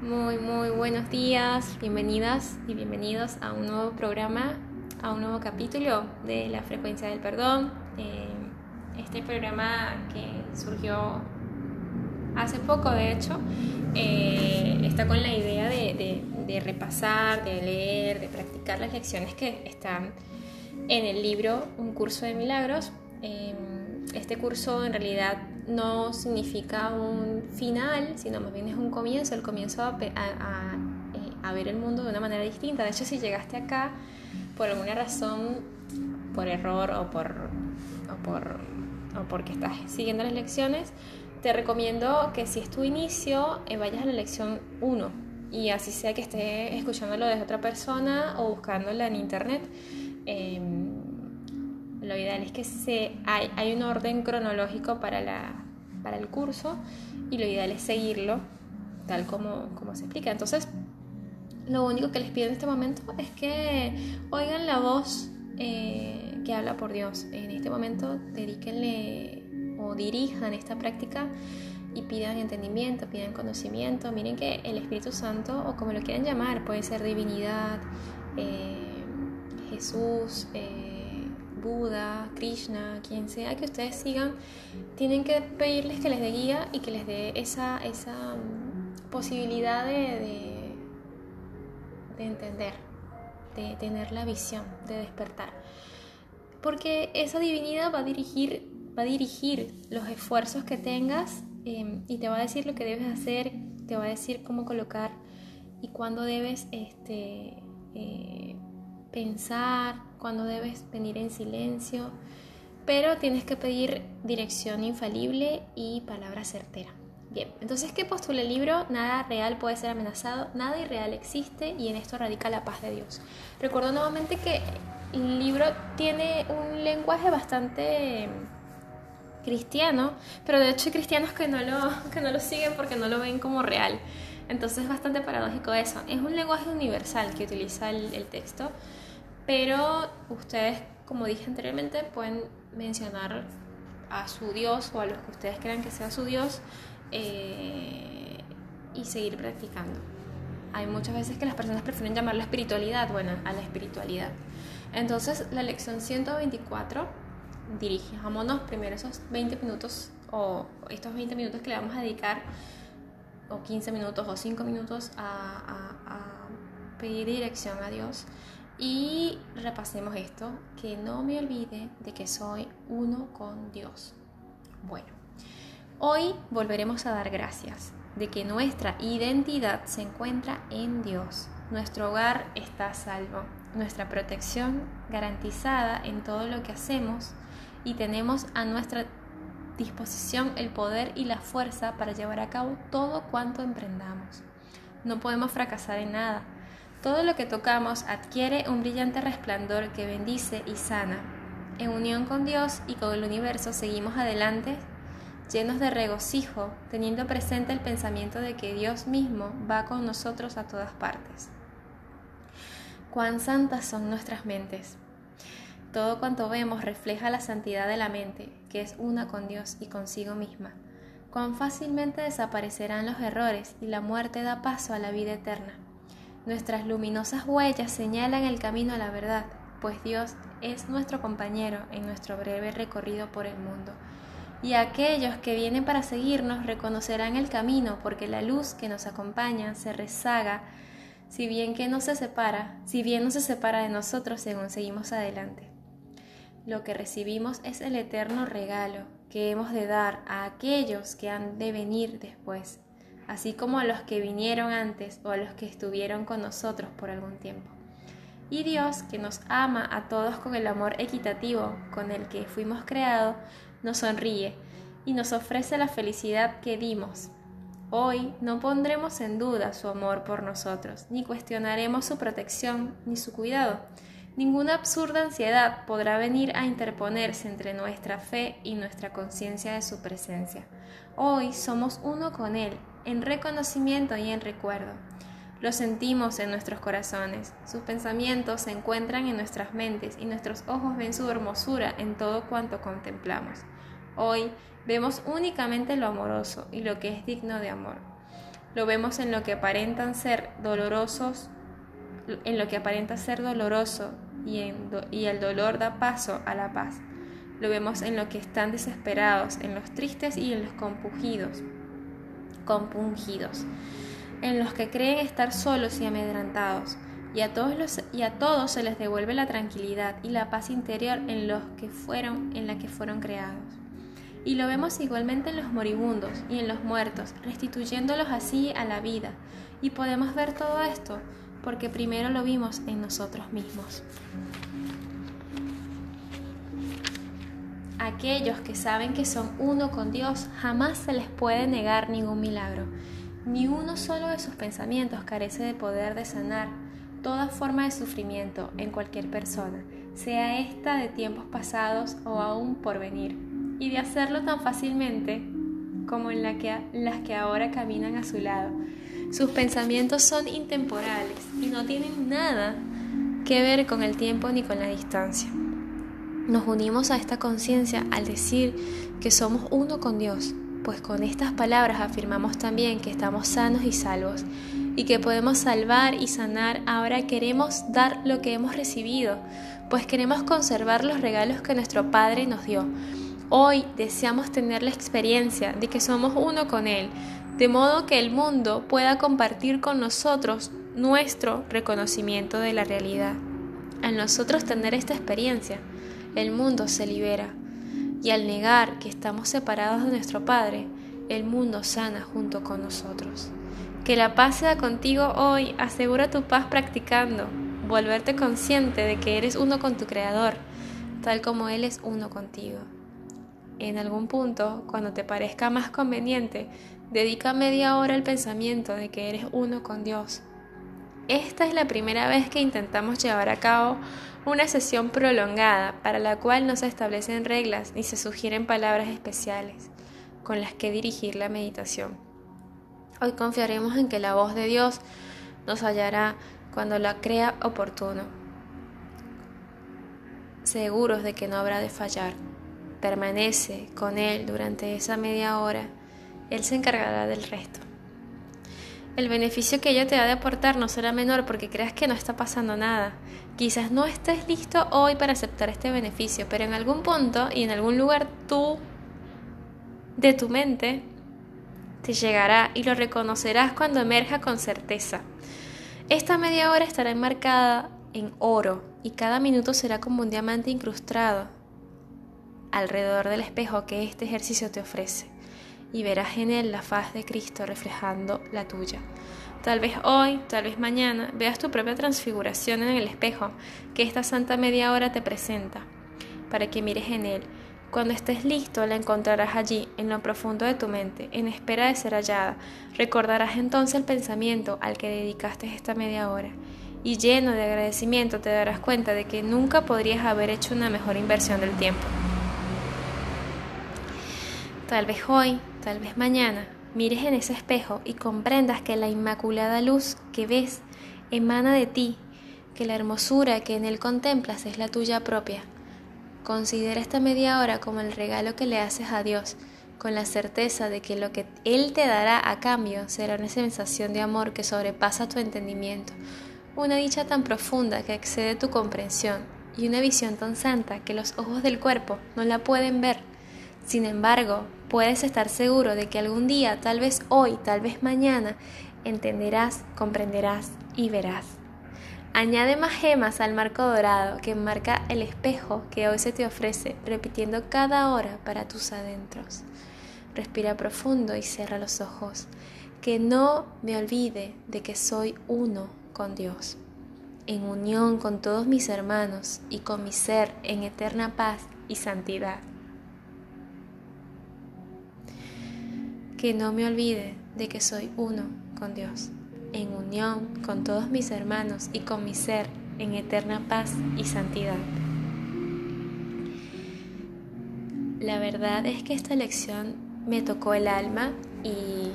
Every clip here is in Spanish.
Muy buenos días, bienvenidas y bienvenidos a un nuevo programa, a un nuevo capítulo de La Frecuencia del Perdón. Este programa que surgió hace poco, de hecho, está con la idea de repasar, de leer, de practicar las lecciones que están en el libro Un Curso de Milagros. Este curso en realidad no significa un final, sino más bien es un comienzo, el comienzo a ver el mundo de una manera distinta. De hecho, si llegaste acá por alguna razón, por error o porque estás siguiendo las lecciones, te recomiendo que si es tu inicio, vayas a la lección 1 y así sea que estés escuchándolo desde otra persona o buscándola en internet. Lo ideal es que hay un orden cronológico para el curso y lo ideal es seguirlo tal como se explica. Entonces, lo único que les pido en este momento es que oigan la voz que habla por Dios. En este momento, dedíquenle o dirijan esta práctica y pidan entendimiento, pidan conocimiento. Miren que el Espíritu Santo, o como lo quieran llamar, puede ser divinidad, Jesús, Buda, Krishna, quien sea que ustedes sigan, tienen que pedirles que les dé guía y que les dé esa posibilidad de entender, de tener la visión, de despertar. Porque esa divinidad va a dirigir los esfuerzos que tengas y te va a decir lo que debes hacer, te va a decir cómo colocar y cuándo debes pensar, cuándo debes venir en silencio, pero tienes que pedir dirección infalible y palabra certera. Bien, entonces, ¿qué postula el libro? Nada real puede ser amenazado, nada irreal existe y en esto radica la paz de Dios. Recuerdo nuevamente que el libro tiene un lenguaje bastante cristiano, pero de hecho hay cristianos que no lo siguen porque no lo ven como real. Entonces es bastante paradójico eso. Es un lenguaje universal que utiliza el texto, pero ustedes, como dije anteriormente, pueden mencionar a su Dios o a los que ustedes crean que sea su Dios y seguir practicando. Hay muchas veces que las personas prefieren llamarla espiritualidad, bueno, a la espiritualidad. Entonces, la lección 124, dirijámonos primero esos 20 minutos o estos 20 minutos que le vamos a dedicar, o 15 minutos o 5 minutos a pedir dirección a Dios. Y repasemos esto, que no me olvide de que soy uno con Dios. Bueno, hoy volveremos a dar gracias de que nuestra identidad se encuentra en Dios. Nuestro hogar está a salvo, nuestra protección garantizada en todo lo que hacemos y tenemos a nuestra disposición el poder y la fuerza para llevar a cabo todo cuanto emprendamos. No podemos fracasar en nada. Todo lo que tocamos adquiere un brillante resplandor que bendice y sana. En unión con Dios y con el universo seguimos adelante, llenos de regocijo, teniendo presente el pensamiento de que Dios mismo va con nosotros a todas partes. Cuán santas son nuestras mentes. Todo cuanto vemos refleja la santidad de la mente, que es una con Dios y consigo misma. Cuán fácilmente desaparecerán los errores y la muerte da paso a la vida eterna. Nuestras luminosas huellas señalan el camino a la verdad, pues Dios es nuestro compañero en nuestro breve recorrido por el mundo. Y aquellos que vienen para seguirnos reconocerán el camino, porque la luz que nos acompaña se rezaga, si bien no se separa de nosotros según seguimos adelante. Lo que recibimos es el eterno regalo que hemos de dar a aquellos que han de venir después, así como a los que vinieron antes o a los que estuvieron con nosotros por algún tiempo. Y Dios, que nos ama a todos con el amor equitativo con el que fuimos creados, nos sonríe y nos ofrece la felicidad que dimos. Hoy no pondremos en duda su amor por nosotros, ni cuestionaremos su protección ni su cuidado. Ninguna absurda ansiedad podrá venir a interponerse entre nuestra fe y nuestra conciencia de su presencia. Hoy somos uno con Él, en reconocimiento y en recuerdo. Lo sentimos en nuestros corazones, sus pensamientos se encuentran en nuestras mentes y nuestros ojos ven su hermosura en todo cuanto contemplamos. Hoy vemos únicamente lo amoroso y lo que es digno de amor. Lo vemos en lo que aparentan ser dolorosos, en lo que aparenta ser doloroso y el dolor da paso a la paz. Lo vemos en lo que están desesperados, en los tristes y en los compungidos, en los que creen estar solos y amedrentados. Y a todos se les devuelve la tranquilidad y la paz interior en la que fueron creados. Y lo vemos igualmente en los moribundos y en los muertos, restituyéndolos así a la vida. Y podemos ver todo esto porque primero lo vimos en nosotros mismos. Aquellos que saben que son uno con Dios, jamás se les puede negar ningún milagro. Ni uno solo de sus pensamientos carece de poder de sanar toda forma de sufrimiento en cualquier persona, sea esta de tiempos pasados o aún por venir, y de hacerlo tan fácilmente como en las que ahora caminan a su lado. Sus pensamientos son intemporales y no tienen nada que ver con el tiempo ni con la distancia. Nos unimos a esta conciencia al decir que somos uno con Dios, pues con estas palabras afirmamos también que estamos sanos y salvos y que podemos salvar y sanar. Ahora queremos dar lo que hemos recibido, pues queremos conservar los regalos que nuestro Padre nos dio. Hoy deseamos tener la experiencia de que somos uno con Él, de modo que el mundo pueda compartir con nosotros nuestro reconocimiento de la realidad. Al nosotros tener esta experiencia, el mundo se libera, y al negar que estamos separados de nuestro Padre, el mundo sana junto con nosotros. Que la paz sea contigo hoy. Asegura tu paz practicando volverte consciente de que eres uno con tu Creador, tal como Él es uno contigo. En algún punto, cuando te parezca más conveniente, dedica media hora al pensamiento de que eres uno con Dios. Esta es la primera vez que intentamos llevar a cabo una sesión prolongada para la cual no se establecen reglas ni se sugieren palabras especiales con las que dirigir la meditación. Hoy confiaremos en que la voz de Dios nos hallará cuando la crea oportuno, seguros de que no habrá de fallar. Permanece con Él durante esa media hora, Él se encargará del resto. El beneficio que ella te ha de aportar no será menor porque creas que no está pasando nada. Quizás no estés listo hoy para aceptar este beneficio, pero en algún punto y en algún lugar de tu mente te llegará y lo reconocerás cuando emerja con certeza. Esta media hora estará enmarcada en oro y cada minuto será como un diamante incrustado alrededor del espejo que este ejercicio te ofrece, y verás en él la faz de Cristo reflejando la tuya. Tal vez hoy, tal vez mañana, veas tu propia transfiguración en el espejo que esta santa media hora te presenta, para que mires en él. Cuando estés listo, la encontrarás allí, en lo profundo de tu mente, en espera de ser hallada. Recordarás entonces el pensamiento al que dedicaste esta media hora, y lleno de agradecimiento te darás cuenta de que nunca podrías haber hecho una mejor inversión del tiempo. Tal vez hoy, tal vez mañana, mires en ese espejo y comprendas que la inmaculada luz que ves emana de ti, que la hermosura que en él contemplas es la tuya propia. Considera esta media hora como el regalo que le haces a Dios, con la certeza de que lo que Él te dará a cambio será una sensación de amor que sobrepasa tu entendimiento, una dicha tan profunda que excede tu comprensión y una visión tan santa que los ojos del cuerpo no la pueden ver. Sin embargo, puedes estar seguro de que algún día, tal vez hoy, tal vez mañana, entenderás, comprenderás y verás. Añade más gemas al marco dorado que enmarca el espejo que hoy se te ofrece, repitiendo cada hora para tus adentros. Respira profundo y cierra los ojos. Que no me olvide de que soy uno con Dios, en unión con todos mis hermanos y con mi ser en eterna paz y santidad. Que no me olvide de que soy uno con Dios, en unión con todos mis hermanos y con mi ser en eterna paz y santidad. La verdad es que esta lección me tocó el alma y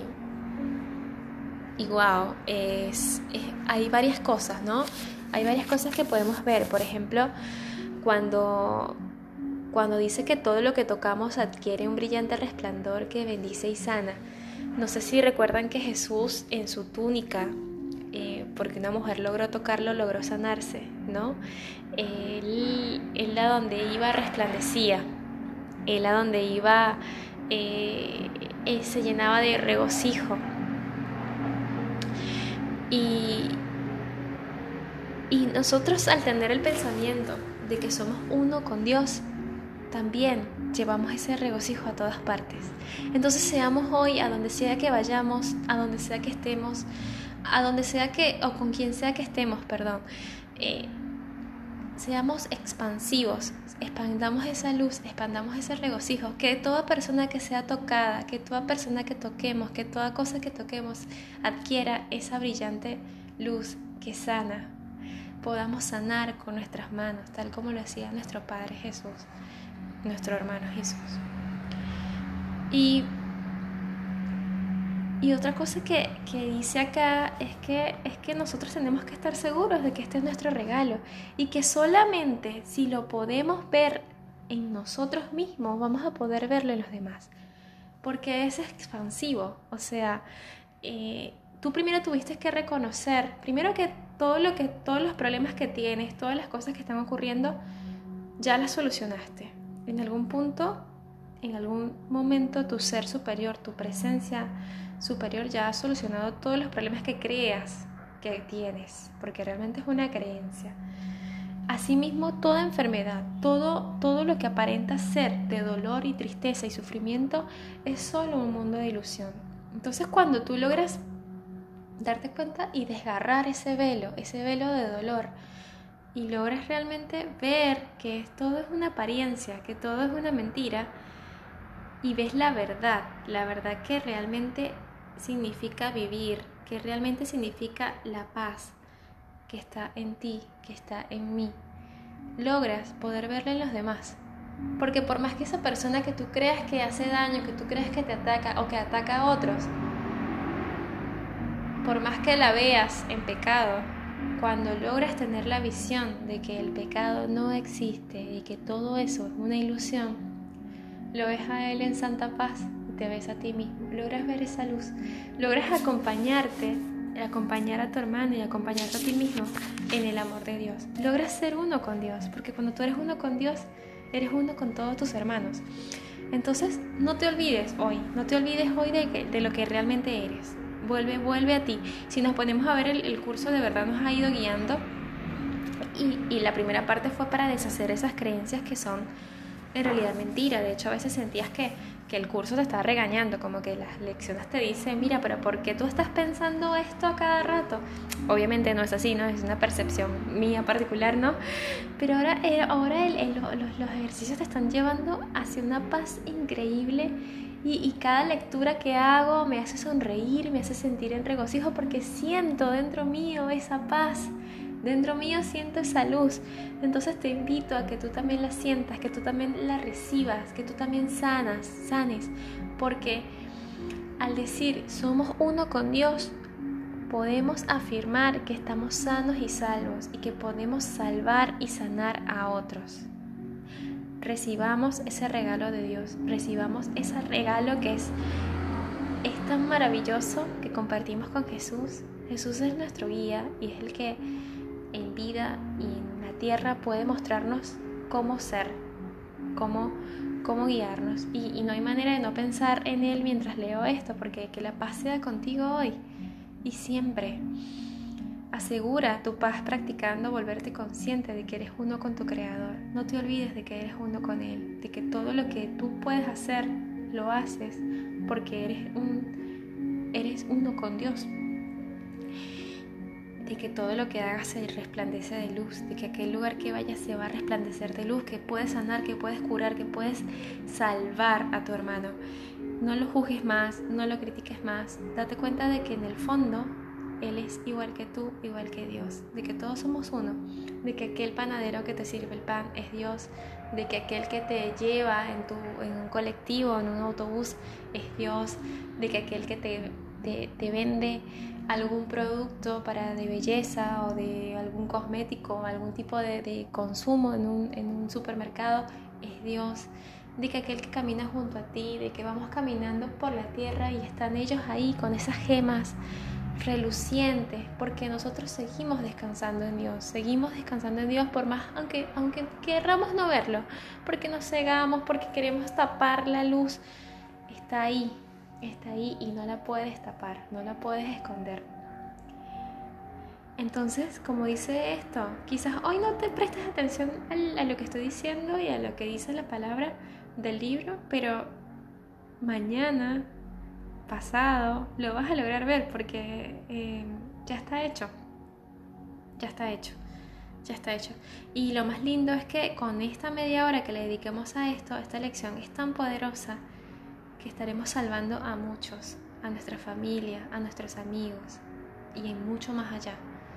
wow, hay varias cosas, ¿no? Hay varias cosas que podemos ver. Por ejemplo, cuando dice que todo lo que tocamos adquiere un brillante resplandor que bendice y sana. No sé si recuerdan que Jesús en su túnica, porque una mujer logró tocarlo, logró sanarse, ¿no? Él a donde iba resplandecía, él a donde iba se llenaba de regocijo. Y nosotros, al tener el pensamiento de que somos uno con Dios, también llevamos ese regocijo a todas partes. Entonces seamos hoy, a donde sea que vayamos, a donde sea que estemos, a donde sea que, o con quien sea que estemos, seamos expansivos, expandamos esa luz, expandamos ese regocijo, que toda persona que sea tocada, que toda persona que toquemos, que toda cosa que toquemos adquiera esa brillante luz que sana, podamos sanar con nuestras manos, tal como lo hacía nuestro Padre Jesús, nuestro hermano Jesús. Y otra cosa que dice acá es que nosotros tenemos que estar seguros de que este es nuestro regalo y que solamente si lo podemos ver en nosotros mismos vamos a poder verlo en los demás, porque es expansivo. O sea, tú primero tuviste que reconocer, primero que todos los problemas que tienes, todas las cosas que están ocurriendo, ya las solucionaste. En algún punto, en algún momento, tu ser superior, tu presencia superior ya ha solucionado todos los problemas que creas que tienes, porque realmente es una creencia. Asimismo, toda enfermedad, todo lo que aparenta ser de dolor y tristeza y sufrimiento es solo un mundo de ilusión. Entonces, cuando tú logras darte cuenta y desgarrar ese velo de dolor, y logras realmente ver que todo es una apariencia, que todo es una mentira, y ves la verdad que realmente significa vivir, que realmente significa la paz que está en ti, que está en mí, logras poder verla en los demás. Porque por más que esa persona que tú creas que hace daño, que tú creas que te ataca o que ataca a otros, por más que la veas en pecado, cuando logras tener la visión de que el pecado no existe y que todo eso es una ilusión, lo ves a él en santa paz y te ves a ti mismo, logras ver esa luz, logras acompañarte, acompañar a tu hermano y acompañarte a ti mismo en el amor de Dios, logras ser uno con Dios, porque cuando tú eres uno con Dios, eres uno con todos tus hermanos. Entonces no te olvides hoy de lo que realmente eres. Vuelve a ti. Si nos ponemos a ver el curso, de verdad nos ha ido guiando, y la primera parte fue para deshacer esas creencias que son en realidad mentira. De hecho, a veces sentías que el curso te estaba regañando, como que las lecciones te dicen, mira, pero ¿por qué tú estás pensando esto a cada rato? Obviamente no es así, ¿no? Es una percepción mía particular, ¿no? Pero ahora los ejercicios te están llevando hacia una paz increíble, y cada lectura que hago me hace sonreír, me hace sentir en regocijo, porque siento dentro mío esa paz. Dentro mío siento esa luz. Entonces te invito a que tú también la sientas, que tú también la recibas, que tú también sanes, porque al decir somos uno con Dios, podemos afirmar que estamos sanos y salvos y que podemos salvar y sanar a otros. Recibamos ese regalo de Dios, recibamos ese regalo que es tan maravilloso, que compartimos con Jesús. Jesús es nuestro guía y es el que en vida y en la tierra puede mostrarnos cómo ser, cómo guiarnos, y no hay manera de no pensar en Él mientras leo esto, porque que la paz sea contigo hoy y siempre. Asegura tu paz practicando volverte consciente de que eres uno con tu Creador. No te olvides de que eres uno con Él, de que todo lo que tú puedes hacer lo haces porque eres uno con Dios. De que todo lo que hagas se resplandece de luz, de que aquel lugar que vayas se va a resplandecer de luz, que puedes sanar, que puedes curar, que puedes salvar a tu hermano. No lo juzgues más, no lo critiques más. Date cuenta de que en el fondo Él es igual que tú, igual que Dios, de que todos somos uno, de que aquel panadero que te sirve el pan es Dios, de que aquel que te lleva en un colectivo, en un autobús, es Dios, de que aquel que te vende algún producto de belleza o de algún cosmético, algún tipo de consumo en un supermercado, es Dios, de que aquel que camina junto a ti, de que vamos caminando por la tierra y están ellos ahí con esas gemas relucientes, porque nosotros seguimos descansando en Dios por más, aunque querramos no verlo, porque nos cegamos, porque queremos tapar la luz, está ahí y no la puedes tapar, no la puedes esconder. Entonces, como dice esto, quizás hoy no te prestes atención a lo que estoy diciendo y a lo que dice la palabra del libro, pero mañana, pasado, lo vas a lograr ver porque ya está hecho. Y lo más lindo es que con esta media hora que le dediquemos a esto, esta lección es tan poderosa que estaremos salvando a muchos, a nuestra familia, a nuestros amigos y mucho más allá.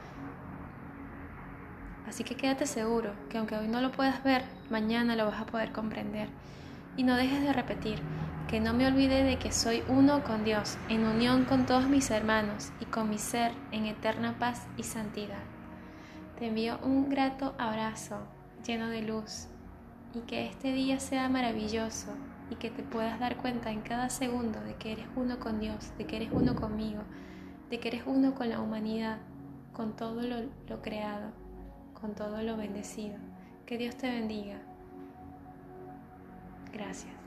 Así que quédate seguro que aunque hoy no lo puedas ver, mañana lo vas a poder comprender. Y no dejes de repetir, que no me olvide de que soy uno con Dios, en unión con todos mis hermanos y con mi ser en eterna paz y santidad. Te envío un grato abrazo lleno de luz y que este día sea maravilloso y que te puedas dar cuenta en cada segundo de que eres uno con Dios, de que eres uno conmigo, de que eres uno con la humanidad, con todo lo creado, con todo lo bendecido. Que Dios te bendiga. Gracias.